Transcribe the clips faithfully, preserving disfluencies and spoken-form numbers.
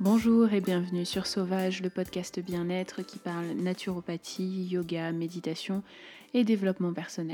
Bonjour et bienvenue sur Sauvage, le podcast bien-être qui parle naturopathie, yoga, méditation et développement personnel.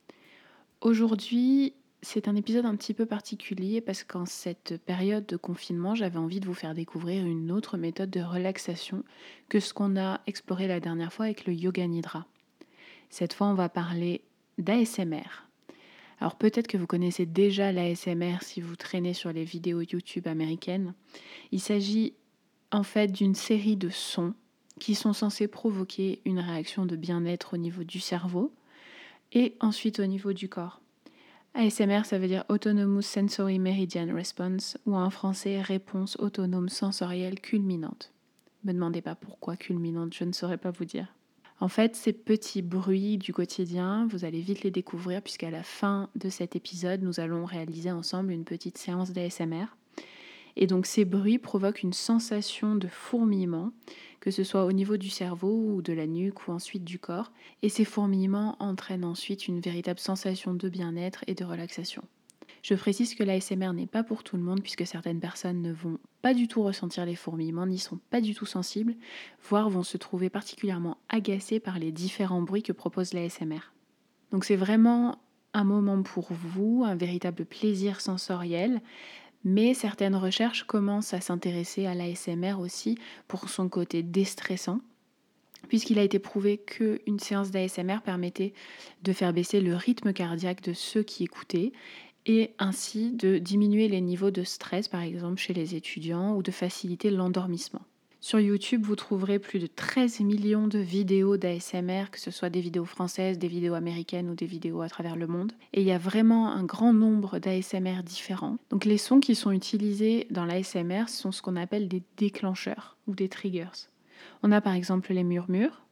Aujourd'hui, c'est un épisode un petit peu particulier parce qu'en cette période de confinement, j'avais envie de vous faire découvrir une autre méthode de relaxation que ce qu'on a exploré la dernière fois avec le Yoga Nidra. Cette fois, on va parler d'A S M R. Alors peut-être que vous connaissez déjà l'A S M R si vous traînez sur les vidéos YouTube américaines. Il s'agit en fait d'une série de sons qui sont censés provoquer une réaction de bien-être au niveau du cerveau et ensuite au niveau du corps. A S M R, ça veut dire Autonomous Sensory Meridian Response, ou en français réponse autonome sensorielle culminante. Ne me demandez pas pourquoi culminante, je ne saurais pas vous dire. En fait, ces petits bruits du quotidien, vous allez vite les découvrir puisqu'à la fin de cet épisode, nous allons réaliser ensemble une petite séance d'A S M R. Et donc ces bruits provoquent une sensation de fourmillement, que ce soit au niveau du cerveau ou de la nuque ou ensuite du corps. Et ces fourmillements entraînent ensuite une véritable sensation de bien-être et de relaxation. Je précise que l'A S M R n'est pas pour tout le monde puisque certaines personnes ne vont pas du tout ressentir les fourmillements, n'y sont pas du tout sensibles, voire vont se trouver particulièrement agacées par les différents bruits que propose l'A S M R. Donc c'est vraiment un moment pour vous, un véritable plaisir sensoriel. Mais certaines recherches commencent à s'intéresser à l'A S M R aussi pour son côté déstressant, puisqu'il a été prouvé qu'une séance d'A S M R permettait de faire baisser le rythme cardiaque de ceux qui écoutaient et ainsi de diminuer les niveaux de stress, par exemple chez les étudiants, ou de faciliter l'endormissement. Sur YouTube, vous trouverez plus de treize millions de vidéos d'A S M R, que ce soit des vidéos françaises, des vidéos américaines ou des vidéos à travers le monde. Et il y a vraiment un grand nombre d'A S M R différents. Donc les sons qui sont utilisés dans l'A S M R sont ce qu'on appelle des déclencheurs ou des triggers. On a par exemple les murmures,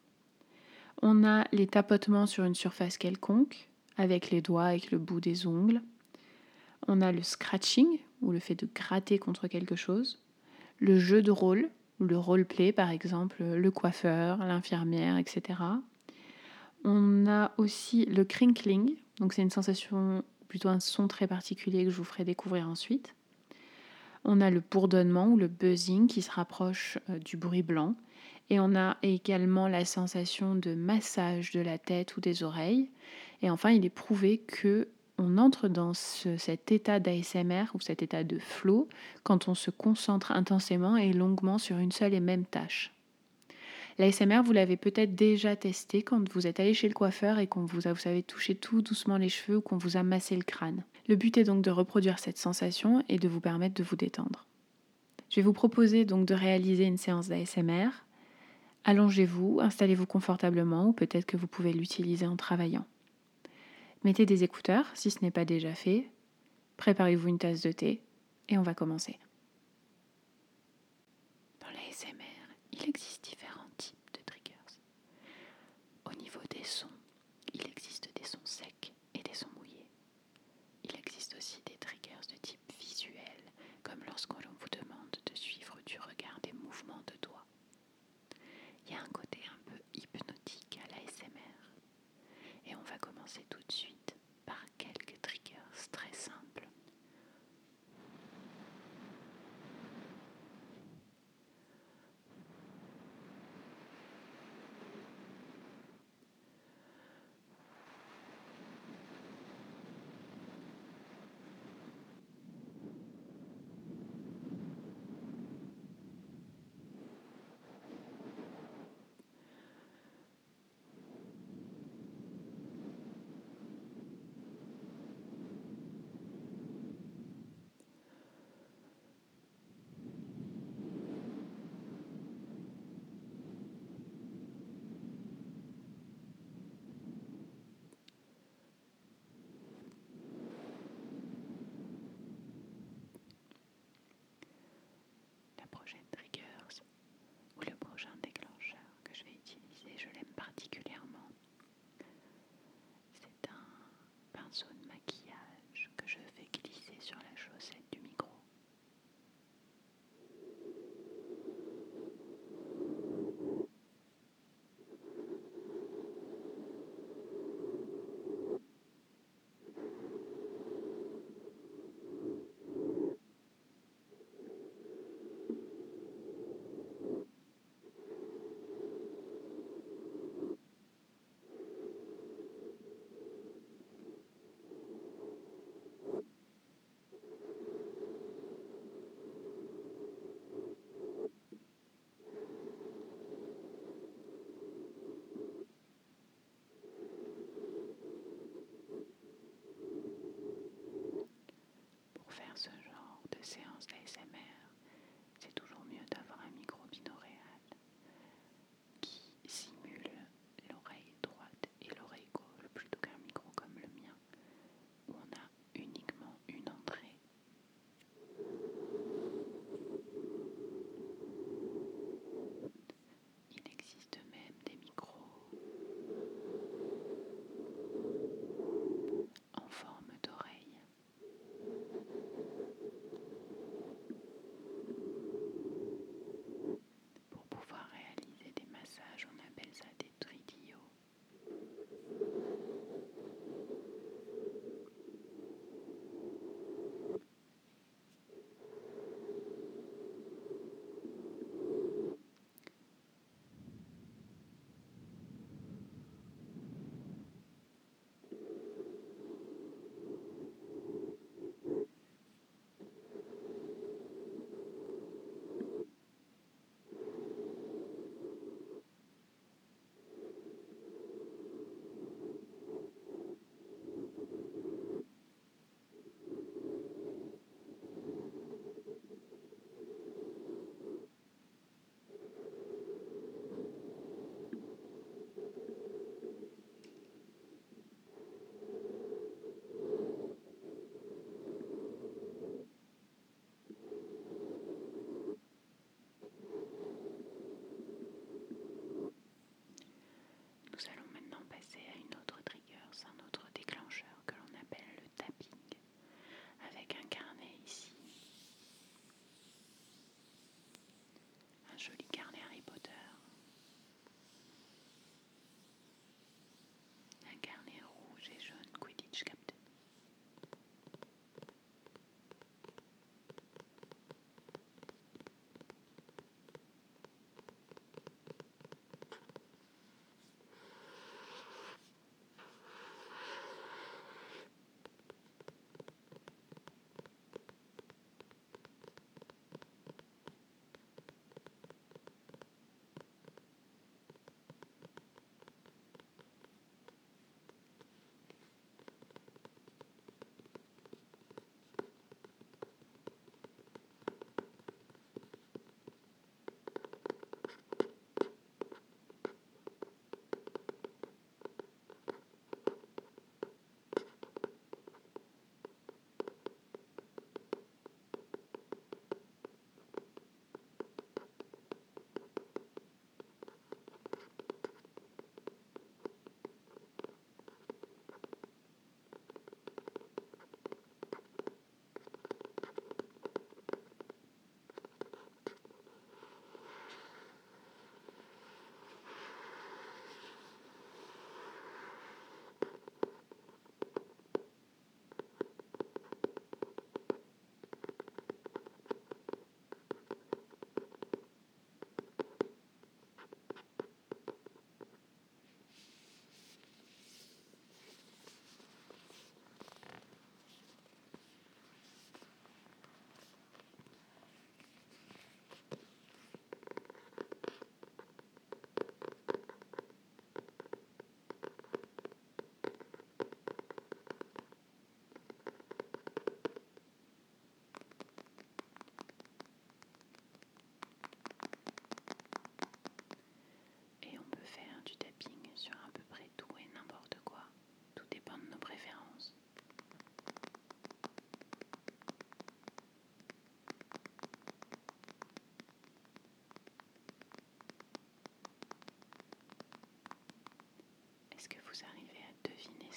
on a les tapotements sur une surface quelconque, avec les doigts, avec le bout des ongles. On a le scratching, ou le fait de gratter contre quelque chose. Le jeu de rôle, ou le roleplay par exemple, le coiffeur, l'infirmière, et cetera. On a aussi le crinkling, donc c'est une sensation, plutôt un son très particulier que je vous ferai découvrir ensuite. On a le bourdonnement ou le buzzing qui se rapproche euh, du bruit blanc. Et on a également la sensation de massage de la tête ou des oreilles. Et enfin, il est prouvé que on entre dans ce, cet état d'A S M R ou cet état de flow quand on se concentre intensément et longuement sur une seule et même tâche. L'A S M R, vous l'avez peut-être déjà testé quand vous êtes allé chez le coiffeur et qu'on vous a, vous savez, touché tout doucement les cheveux ou qu'on vous a massé le crâne. Le but est donc de reproduire cette sensation et de vous permettre de vous détendre. Je vais vous proposer donc de réaliser une séance d'A S M R. Allongez-vous, installez-vous confortablement ou peut-être que vous pouvez l'utiliser en travaillant. Mettez des écouteurs si ce n'est pas déjà fait. Préparez-vous une tasse de thé et on va commencer. Dans l'A S M R, il existe différents types de triggers. Au niveau des sons, il existe des sons secs et des sons mouillés. Il existe aussi des triggers de type visuel, comme lorsqu'on vous demande de suivre du regard des mouvements de doigts. Il y a un côté un peu hypnotique à l'A S M R. Et on va commencer tout de suite par quelques triggers très simples.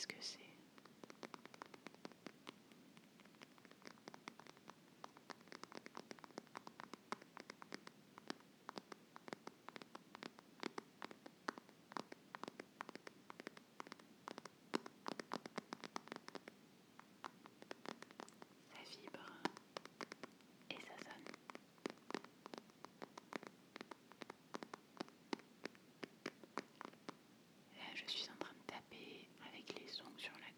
Qu'est-ce que c'est? Ça vibre et ça sonne. Là, je suis en train de taper avec les ongles sur la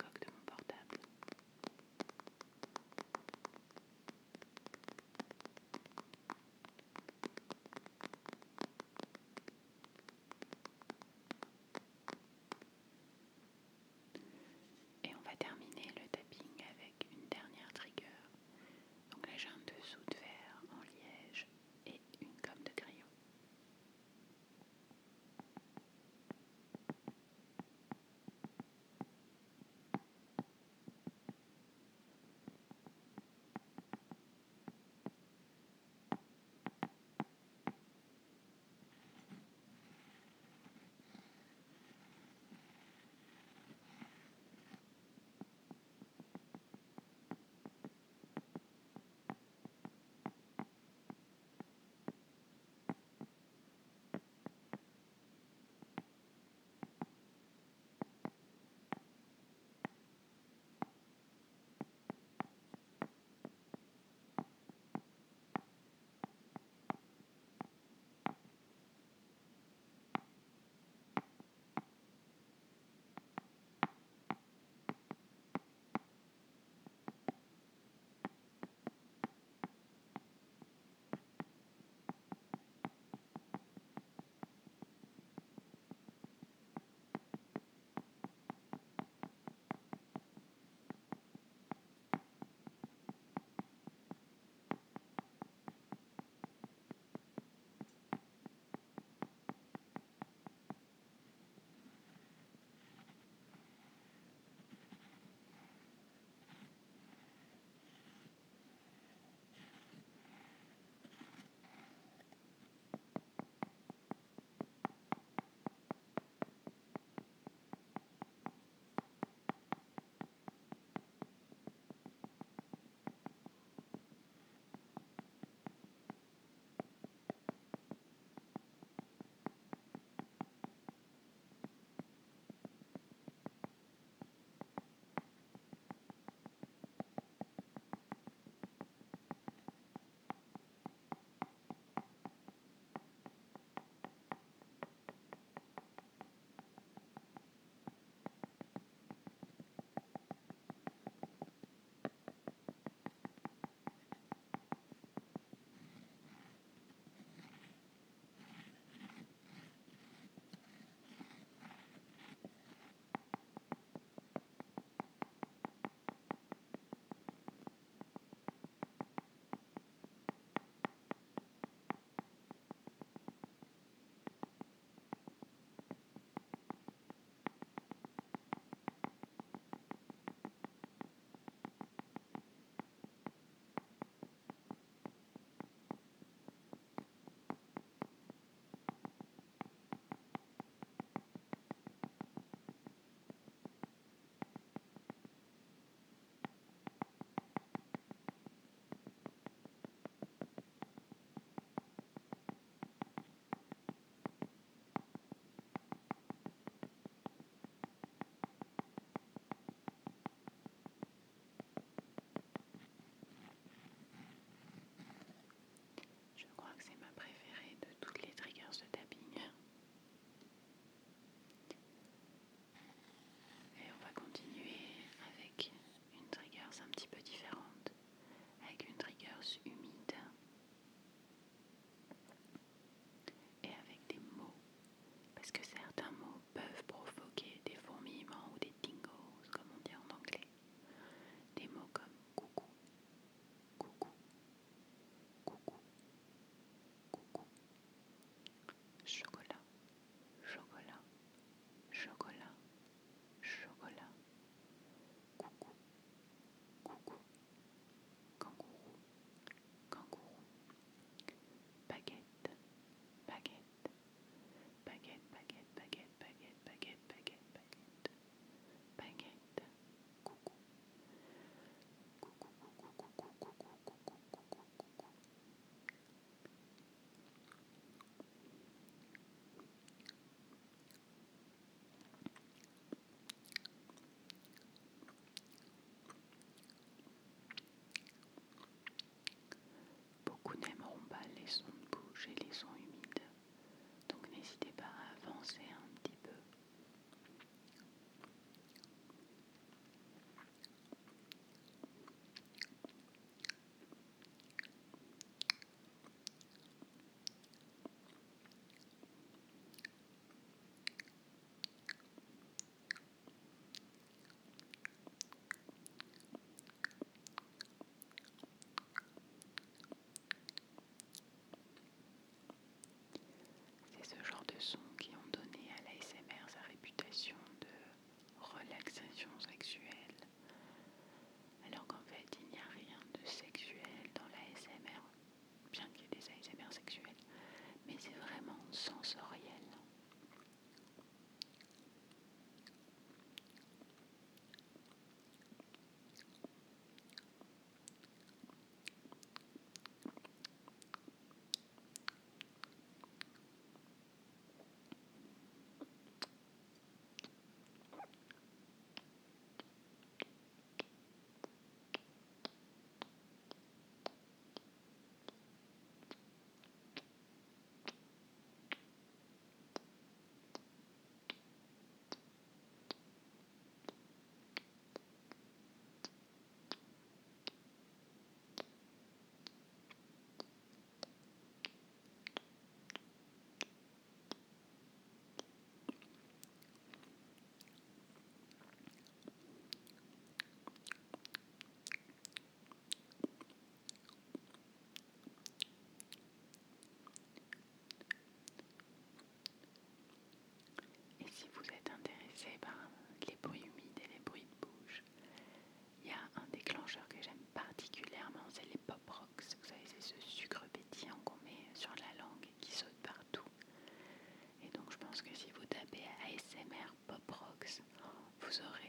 vous aurez